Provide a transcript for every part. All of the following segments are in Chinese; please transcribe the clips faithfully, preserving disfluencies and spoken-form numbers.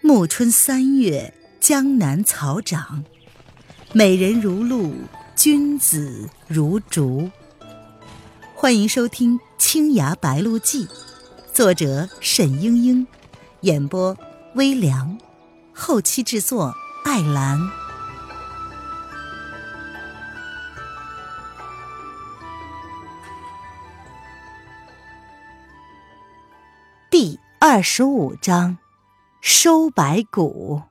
暮春三月，江南草长，美人如露，君子如竹。欢迎收听《青崖白鹿记》，作者沈英英，演播微凉，后期制作艾兰。第二十五章，收白骨。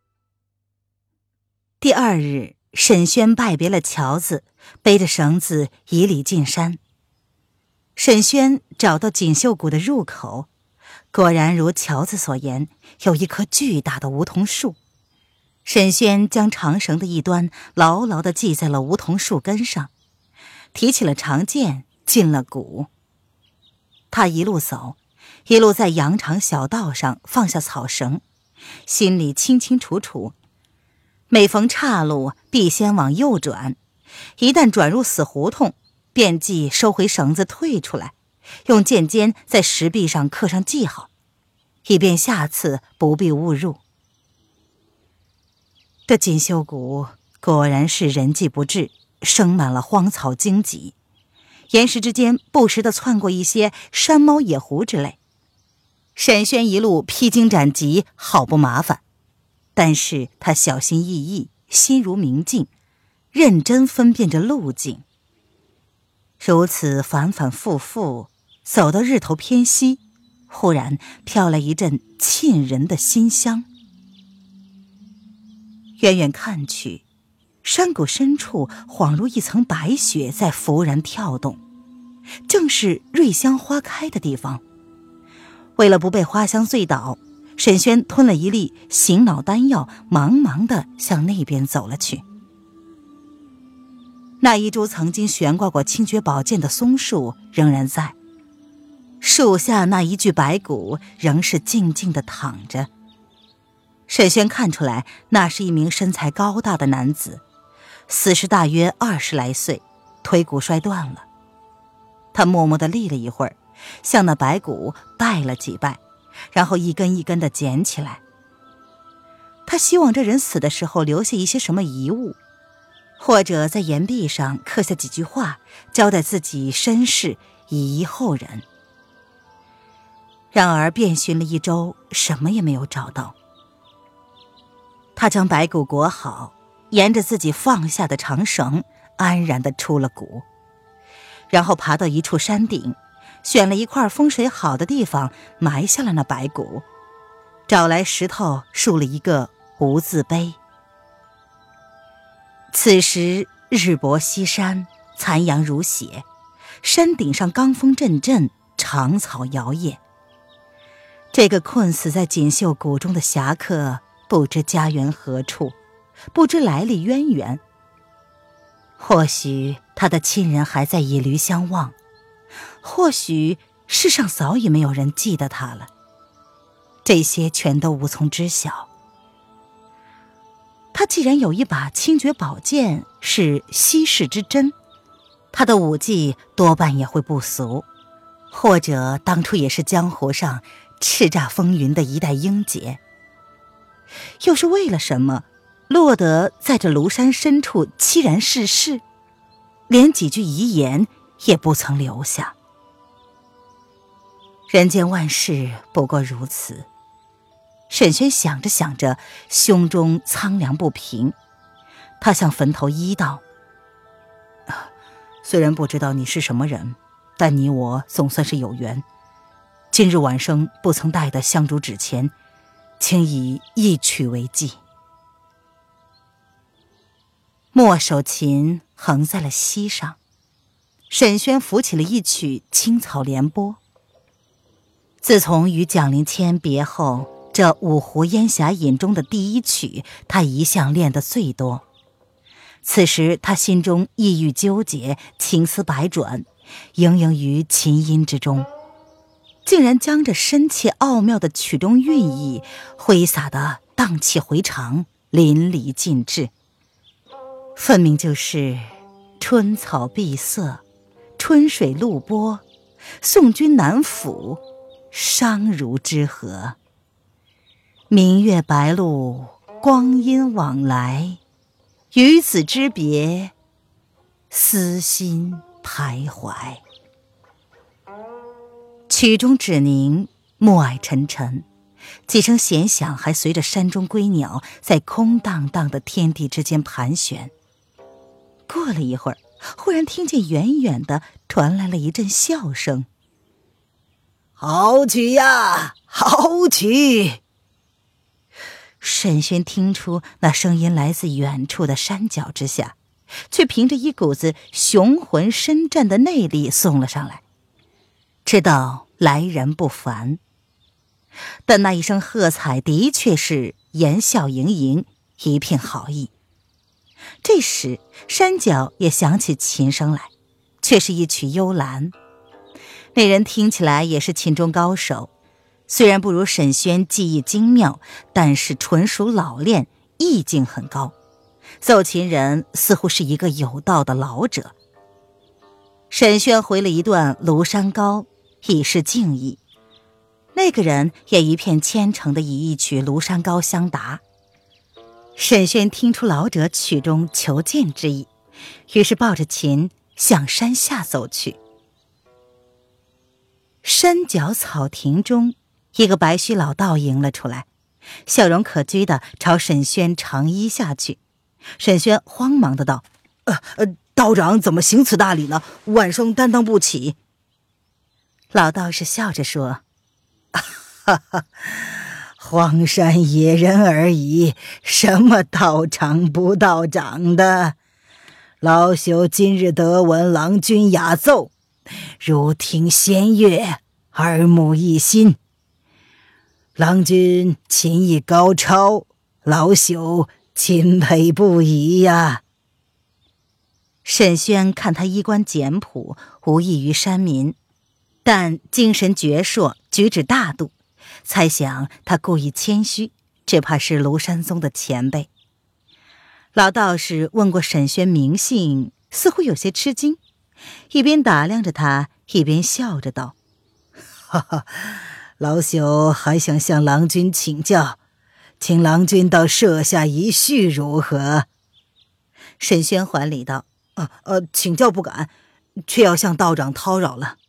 第二日，沈轩拜别了乔子，背着绳子以礼进山。沈轩找到锦绣谷的入口，果然如乔子所言，有一棵巨大的梧桐树。沈轩将长绳的一端牢牢地系在了梧桐树根上，提起了长剑，进了谷。他一路走，一路在羊肠小道上放下草绳，心里清清楚楚，每逢岔路必先往右转，一旦转入死胡同，便即收回绳子退出来，用剑尖在石壁上刻上记号，以便下次不必误入。这锦绣谷果然是人迹不至，生满了荒草荆棘，岩石之间不时地窜过一些山猫野狐之类。沈轩一路披荆斩棘，好不麻烦，但是他小心翼翼，心如明镜，认真分辨着路径。如此反反复复，走到日头偏西，忽然飘来一阵沁人的馨香。远远看去，山谷深处恍如一层白雪在浮然跳动，正是瑞香花开的地方。为了不被花香醉倒，沈轩吞了一粒醒脑丹药，茫茫地向那边走了去。那一株曾经悬挂过清绝宝剑的松树仍然在，树下那一具白骨仍是静静地躺着。沈轩看出来，那是一名身材高大的男子，死时大约二十来岁，腿骨摔断了。他默默地立了一会儿，向那白骨拜了几拜，然后一根一根地捡起来。他希望这人死的时候留下一些什么遗物，或者在岩壁上刻下几句话，交代自己身世，以遗后人。然而遍寻了一周，什么也没有找到。他将白骨裹好，沿着自己放下的长绳安然地出了谷，然后爬到一处山顶，选了一块风水好的地方埋下了那白骨，找来石头竖了一个无字碑。此时日薄西山，残阳如血，山顶上罡风阵阵，长草摇曳。这个困死在锦绣谷中的侠客，不知家园何处，不知来历渊源。或许他的亲人还在以驴相望，或许世上早已没有人记得他了，这些全都无从知晓。他既然有一把清绝宝剑，是稀世之珍，他的武技多半也会不俗，或者当初也是江湖上叱咤风云的一代英杰。又是为了什么落得在这庐山深处凄然逝世，连几句遗言也不曾留下？人间万事不过如此。沈轩想着想着，胸中苍凉不平。他向坟头一道：虽然不知道你是什么人，但你我总算是有缘。今日晚生不曾带的香烛纸钱，请以一曲为祭。墨手琴横在了膝上，沈轩抚起了一曲青草连波。自从与蒋灵谦别后，这五湖烟霞引中的第一曲，他一向练得最多。此时他心中抑郁纠结，情思百转，盈盈于琴音之中，竟然将这深切奥妙的曲中韵意挥洒得荡气回肠，淋漓尽致。分明就是春草碧色，春水露波，送君南府，商如之河。 明月白露，光阴往来，与子之别，思心徘徊。曲终止凝，暮霭沉沉，几声弦响还随着山中归鸟在空荡荡的天地之间盘旋。过了一会儿，忽然听见远远的传来了一阵笑声。 好曲呀，好曲！ 沈轩听出那声音来自远处的山脚之下，却凭着一股子雄浑深战的内力送了上来，知道来人不凡。但那一声喝彩的确是言笑盈盈，一片好意。这时山脚也响起琴声来，却是一曲幽兰。那人听起来也是琴中高手，虽然不如沈轩技艺精妙，但是纯属老练，意境很高。奏琴人似乎是一个有道的老者。沈轩回了一段《庐山高》，以示敬意。那个人也一片虔诚地以一曲《庐山高》相答。沈轩听出老者曲中求见之意，于是抱着琴向山下走去。山脚草亭中，一个白须老道迎了出来，笑容可掬地朝沈轩长揖下去。沈轩慌忙的道： 呃呃，道长怎么行此大礼呢？晚生担当不起。 老道士笑着说： 哈哈，荒山野人而已，什么道长不道长的。老朽今日得闻郎君雅奏，如听仙乐，耳目一新。郎君琴艺高超，老朽钦佩不已呀。 沈轩看他衣冠简朴，无异于山民，但精神矍铄，举止大度，猜想他故意谦虚，只怕是庐山宗的前辈。老道士问过沈轩名姓，似乎有些吃惊，一边打量着他，一边笑着道： 哈哈，老朽还想向郎君请教，请郎君到舍下一叙如何？ 沈轩还礼道： 呃呃，请教不敢，却要向道长叨扰了。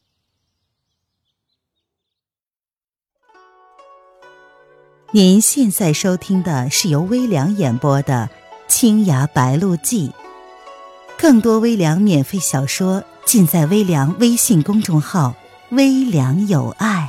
您现在收听的是由微凉演播的《青崖白鹿记》，更多微凉免费小说尽在微凉微信公众号“微凉有爱”。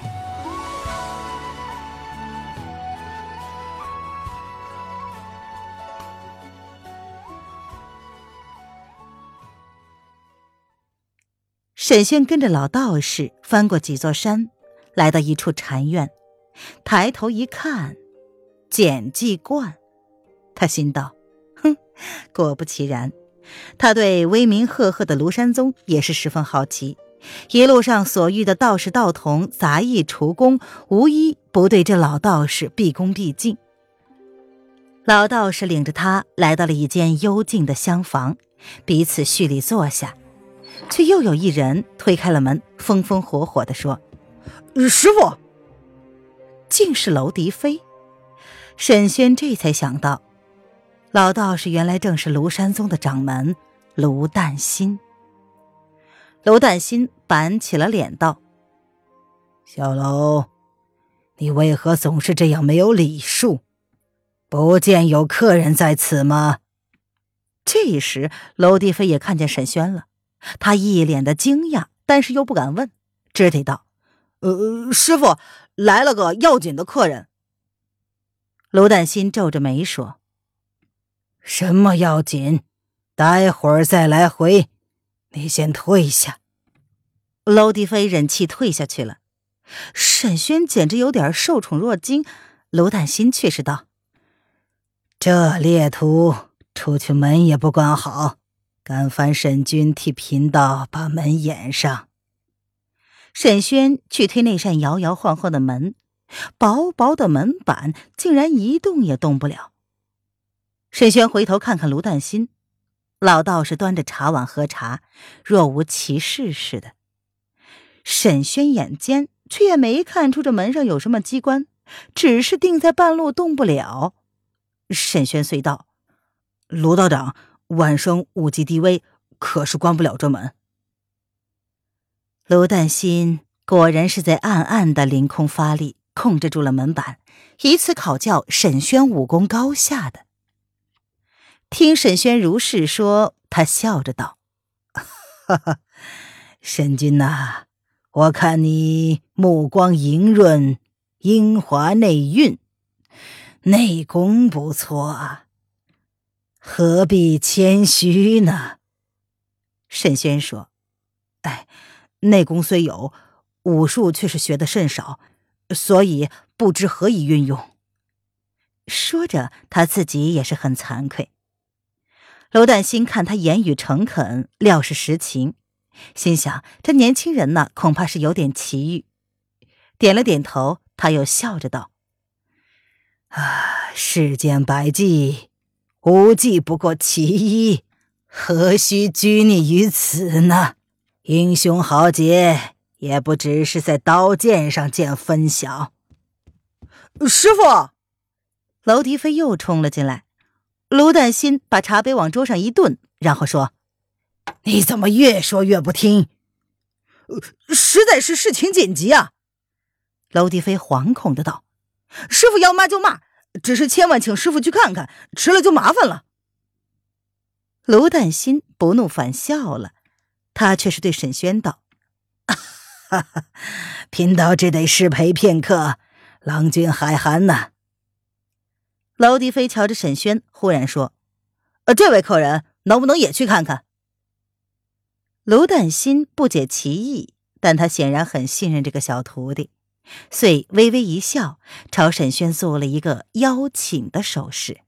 沈轩跟着老道士翻过几座山，来到一处禅院，抬头一看，简记观。他心道：哼，果不其然，他对威名赫赫的庐山宗也是十分好奇，一路上所遇的道士道童杂役厨工，无一不对这老道士毕恭毕敬。老道士领着他来到了一间幽静的厢房，彼此叙礼坐下，却又有一人推开了门，风风火火地说： 师父！ 竟是娄迪飞。沈轩这才想到，老道士原来正是庐山宗的掌门卢旦心。卢旦心板起了脸道： 小娄，你为何总是这样没有礼数？不见有客人在此吗？ 这时娄迪飞也看见沈轩了，他一脸的惊讶，但是又不敢问，只得道： 呃，师父，来了个要紧的客人。 卢旦心皱着眉说： 什么要紧？待会儿再来回，你先退下。 娄迪飞忍气退下去了。沈轩简直有点受宠若惊，卢旦心却是道： 这猎徒出去门也不关好，敢烦沈君替贫道把门掩上。 沈轩去推那扇摇摇晃晃的门，薄薄的门板竟然一动也动不了。沈轩回头看看卢旦心，老道士端着茶碗喝茶，若无其事似的。沈轩眼尖，却也没看出这门上有什么机关， 只是定在半路动不了。沈轩遂道：卢道长，晚生武技低微，可是关不了这门。卢旦心果然是在暗暗的凌空发力，控制住了门板，以此考教沈轩武功高下的。听沈轩如是说，他笑着道： 哈哈，沈君呐、啊，我看你目光莹润，英华内蕴，内功不错啊，何必谦虚呢？ 沈轩说：哎，内功虽有，武术却是学得甚少，所以不知何以运用。说着，他自己也是很惭愧。娄旦心看他言语诚恳，料是实情，心想这年轻人呢，恐怕是有点奇遇，点了点头。他又笑着道： 啊，世间百技，无技不过其一，何须拘泥于此呢？英雄豪杰也不只是在刀剑上见分晓。 师傅！娄迪飞又冲了进来。卢旦心把茶杯往桌上一顿，然后说： 你怎么越说越不听？ 实在是事情紧急啊！娄迪飞惶恐的道：师傅要骂就骂，只是千万请师傅去看看，迟了就麻烦了。卢旦心不怒反笑了，他却是对沈轩道： 哈哈，贫道只得失陪片刻，郎君海涵呐。 娄迪飞瞧着沈轩，忽然说：呃，这位客人能不能也去看看？卢旦心不解其意，但他显然很信任这个小徒弟，遂微微一笑，朝沈轩做了一个邀请的手势。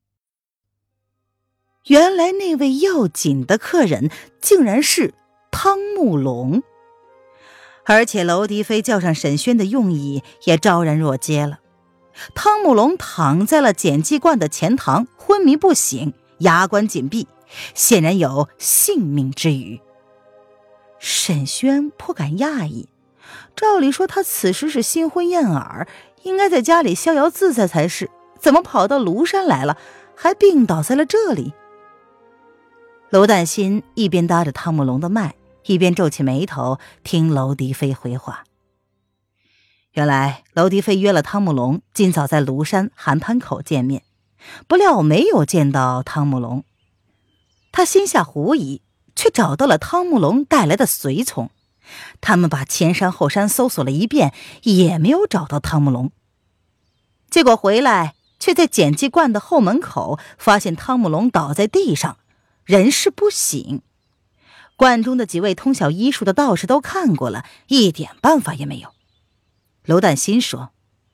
原来那位要紧的客人竟然是汤慕龙，而且娄迪飞叫上沈轩的用意也昭然若揭了。汤慕龙躺在了检剂罐的前堂，昏迷不醒，牙关紧闭，显然有性命之虞。沈轩颇感讶异，照理说他此时是新婚燕尔，应该在家里逍遥自在才是，怎么跑到庐山来了，还病倒在了这里？娄旦心一边搭着汤慕龙的脉，一边皱起眉头听娄迪飞回话。原来娄迪飞约了汤慕龙今早在庐山寒滩口见面，不料没有见到汤慕龙。他心下狐疑，却找到了汤慕龙带来的随从。他们把前山后山搜索了一遍，也没有找到汤慕龙。结果回来，却在检剂罐的后门口发现汤慕龙倒在地上，人事不省。罐中的几位通晓医术的道士都看过了，一点办法也没有。娄旦心说：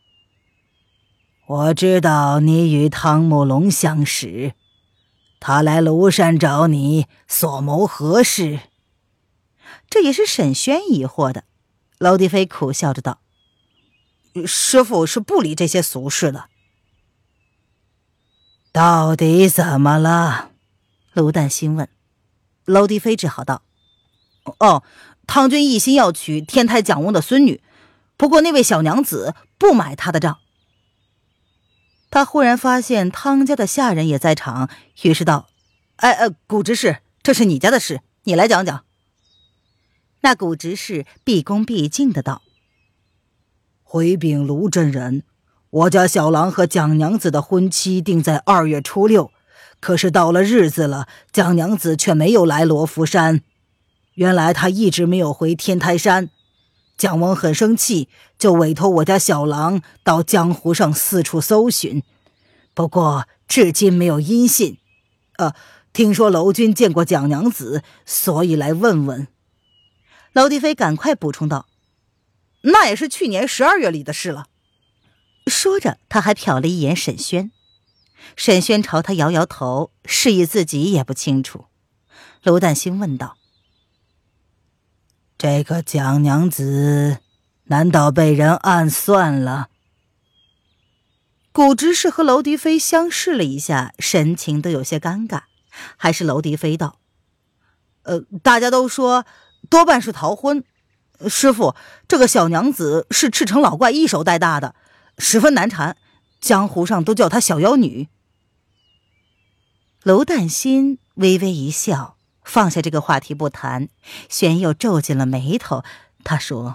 我知道你与汤慕龙相识，他来庐山找你所谋何事？ 这也是沈轩疑惑的。娄迪飞苦笑着道：师父是不理这些俗事的。 到底怎么了？ 卢旦心问。娄迪飞只好道：哦，汤君一心要娶天台蒋翁的孙女，不过那位小娘子不买他的账。他忽然发现汤家的下人也在场，于是道：哎哎，古执事，这是你家的事，你来讲讲。那古执事毕恭毕敬的道： 回禀卢真人，我家小郎和蒋娘子的婚期定在二月初六，可是到了日子了，蒋娘子却没有来罗浮山。原来她一直没有回天台山，蒋翁很生气，就委托我家小郎到江湖上四处搜寻，不过至今没有音信。呃，听说娄君见过蒋娘子，所以来问问。 娄迪飞赶快补充道：那也是去年十二月里的事了。说着，他还瞟了一眼沈轩。沈轩朝他摇摇头，示意自己也不清楚。娄旦心问道： 这个蒋娘子难道被人暗算了？ 古执事和娄迪飞相视了一下，神情都有些尴尬。还是娄迪飞道：呃，大家都说多半是逃婚。师父，这个小娘子是赤城老怪一手带大的， 十分难缠，江湖上都叫她小妖女。娄旦心微微一笑，放下这个话题不谈。玄又皱紧了眉头，他说：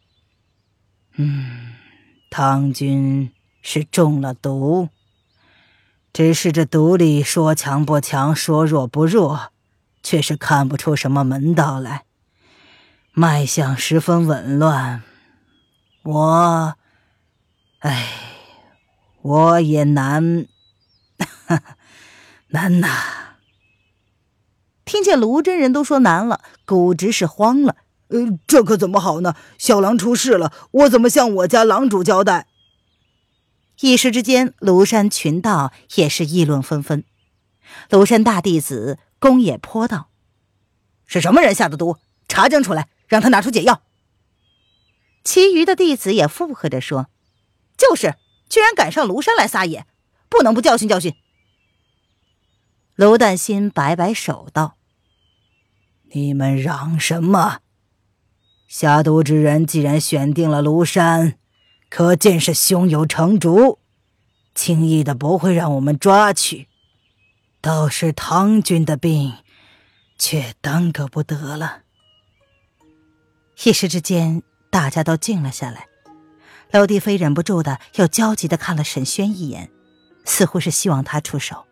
嗯，汤君是中了毒，只是这毒里说强不强，说弱不弱，却是看不出什么门道来，脉象十分紊乱。我，哎，我也难，难呐。 听见卢真人都说难了，古执事慌了。 呃，这可怎么好呢？小郎出事了，我怎么向我家郎主交代？ 一时之间，庐山群道也是议论纷纷。庐山大弟子宫野坡道：是什么人下的毒？查证出来，让他拿出解药。其余的弟子也附和着说：就是，居然敢上庐山来撒野，不能不教训教训。娄旦心摆摆手道： 你们嚷什么？下毒之人既然选定了庐山，可见是胸有成竹，轻易的不会让我们抓去。倒是唐军的病，却耽搁不得了。 一时之间，大家都静了下来。娄帝飞忍不住的又焦急的看了沈轩一眼，似乎是希望他出手。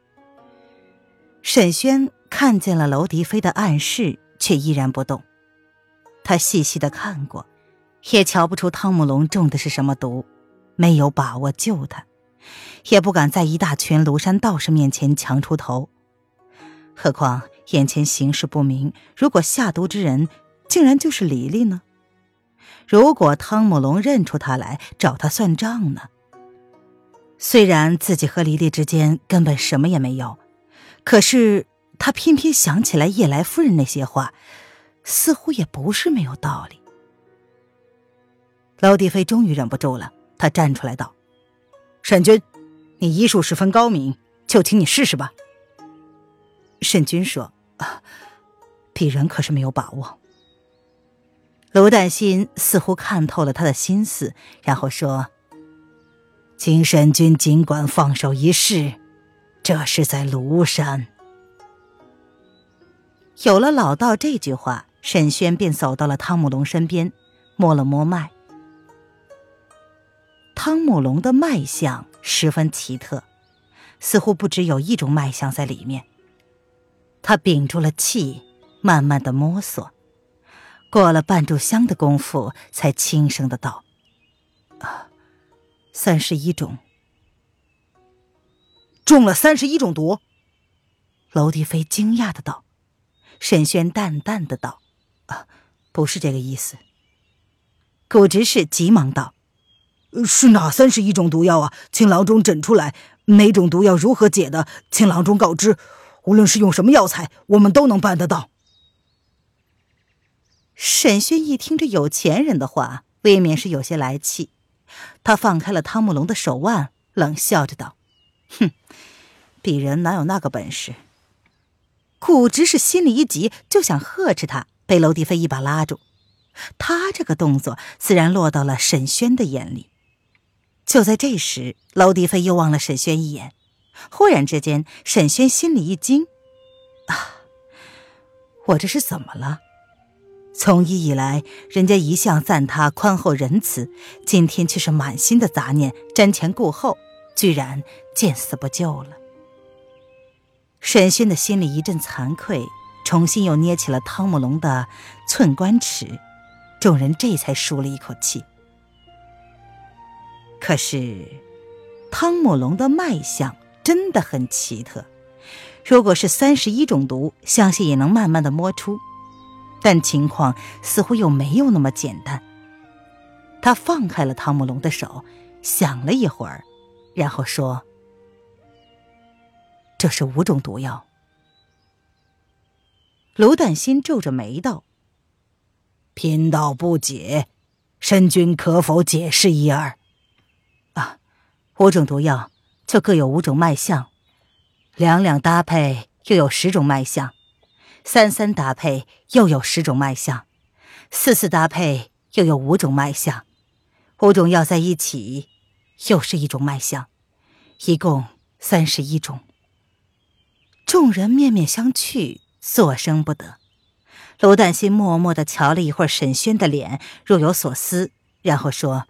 沈轩看见了娄迪飞的暗示，却依然不动。他细细的看过，也瞧不出汤姆龙中的是什么毒，没有把握救他，也不敢在一大群庐山道士面前强出头。何况眼前形势不明，如果下毒之人竟然就是黎黎呢？如果汤姆龙认出他来，找他算账呢？虽然自己和黎黎之间根本什么也没有，可是他偏偏想起来叶来夫人那些话，似乎也不是没有道理。娄帝飞终于忍不住了，他站出来道：沈君，你医术十分高明，就请你试试吧。沈君说：啊，鄙人可是没有把握。娄旦心似乎看透了他的心思，然后说： 请沈君尽管放手一试，这是在庐山。 有了老道这句话，沈轩便走到了汤姆龙身边，摸了摸脉。汤姆龙的脉象十分奇特，似乎不只有一种脉象在里面。他屏住了气，慢慢的摸索，过了半炷香的功夫，才轻声的道：啊，三十一种。中了三十一种毒？娄帝飞惊讶的道。沈轩淡淡的道：啊，不是这个意思。古执事急忙道： 是哪三十一种毒药啊？请郎中诊出来，每种毒药如何解的，请郎中告知。无论是用什么药材，我们都能办得到。 沈轩一听这有钱人的话，未免是有些来气。他放开了汤姆龙的手腕，冷笑着道：哼，鄙人哪有那个本事。古执事心里一急，就想呵斥他，被娄帝飞一把拉住。他这个动作自然落到了沈轩的眼里。就在这时，娄帝飞又望了沈轩一眼，忽然之间，沈轩心里一惊：啊，我这是怎么了？从医以来，人家一向赞他宽厚仁慈，今天却是满心的杂念，瞻前顾后，居然见死不救了。沈轩的心里一阵惭愧，重新又捏起了汤姆龙的寸关尺，众人这才舒了一口气。可是汤姆龙的脉象真的很奇特，如果是三十一种毒，相信也能慢慢的摸出，但情况似乎又没有那么简单。他放开了汤姆龙的手，想了一会儿，然后说：这是五种毒药。卢旦心皱着眉道： 贫道不解，申君可否解释一二？ 啊，五种毒药就各有五种脉象，两两搭配又有十种脉象，三三搭配又有十种脉象，四四搭配又有五种脉象，五种药在一起又是一种脉象，一共三十一种。众人面面相觑，作声不得。卢旦心默默地瞧了一会儿沈轩的脸，若有所思，然后说：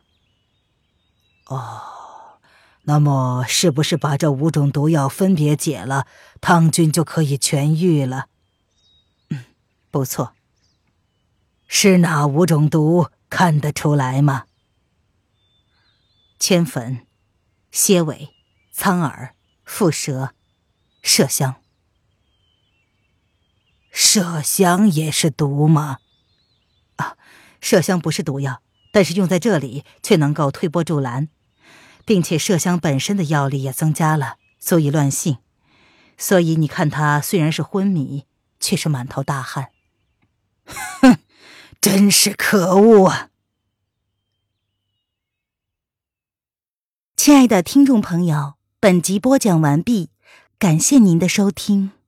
哦，那么是不是把这五种毒药分别解了，汤君就可以痊愈了？ 嗯，不错。 是哪五种毒，看得出来吗？ 千粉、蝎尾、苍耳、蝮蛇、麝香。 麝香也是毒吗？ 啊，麝香不是毒药，但是用在这里却能够推波助澜，并且麝香本身的药力也增加了，足以乱性。所以你看他虽然是昏迷，却是满头大汗。 哼，真是可恶啊！ 亲爱的听众朋友，本集播讲完毕，感谢您的收听。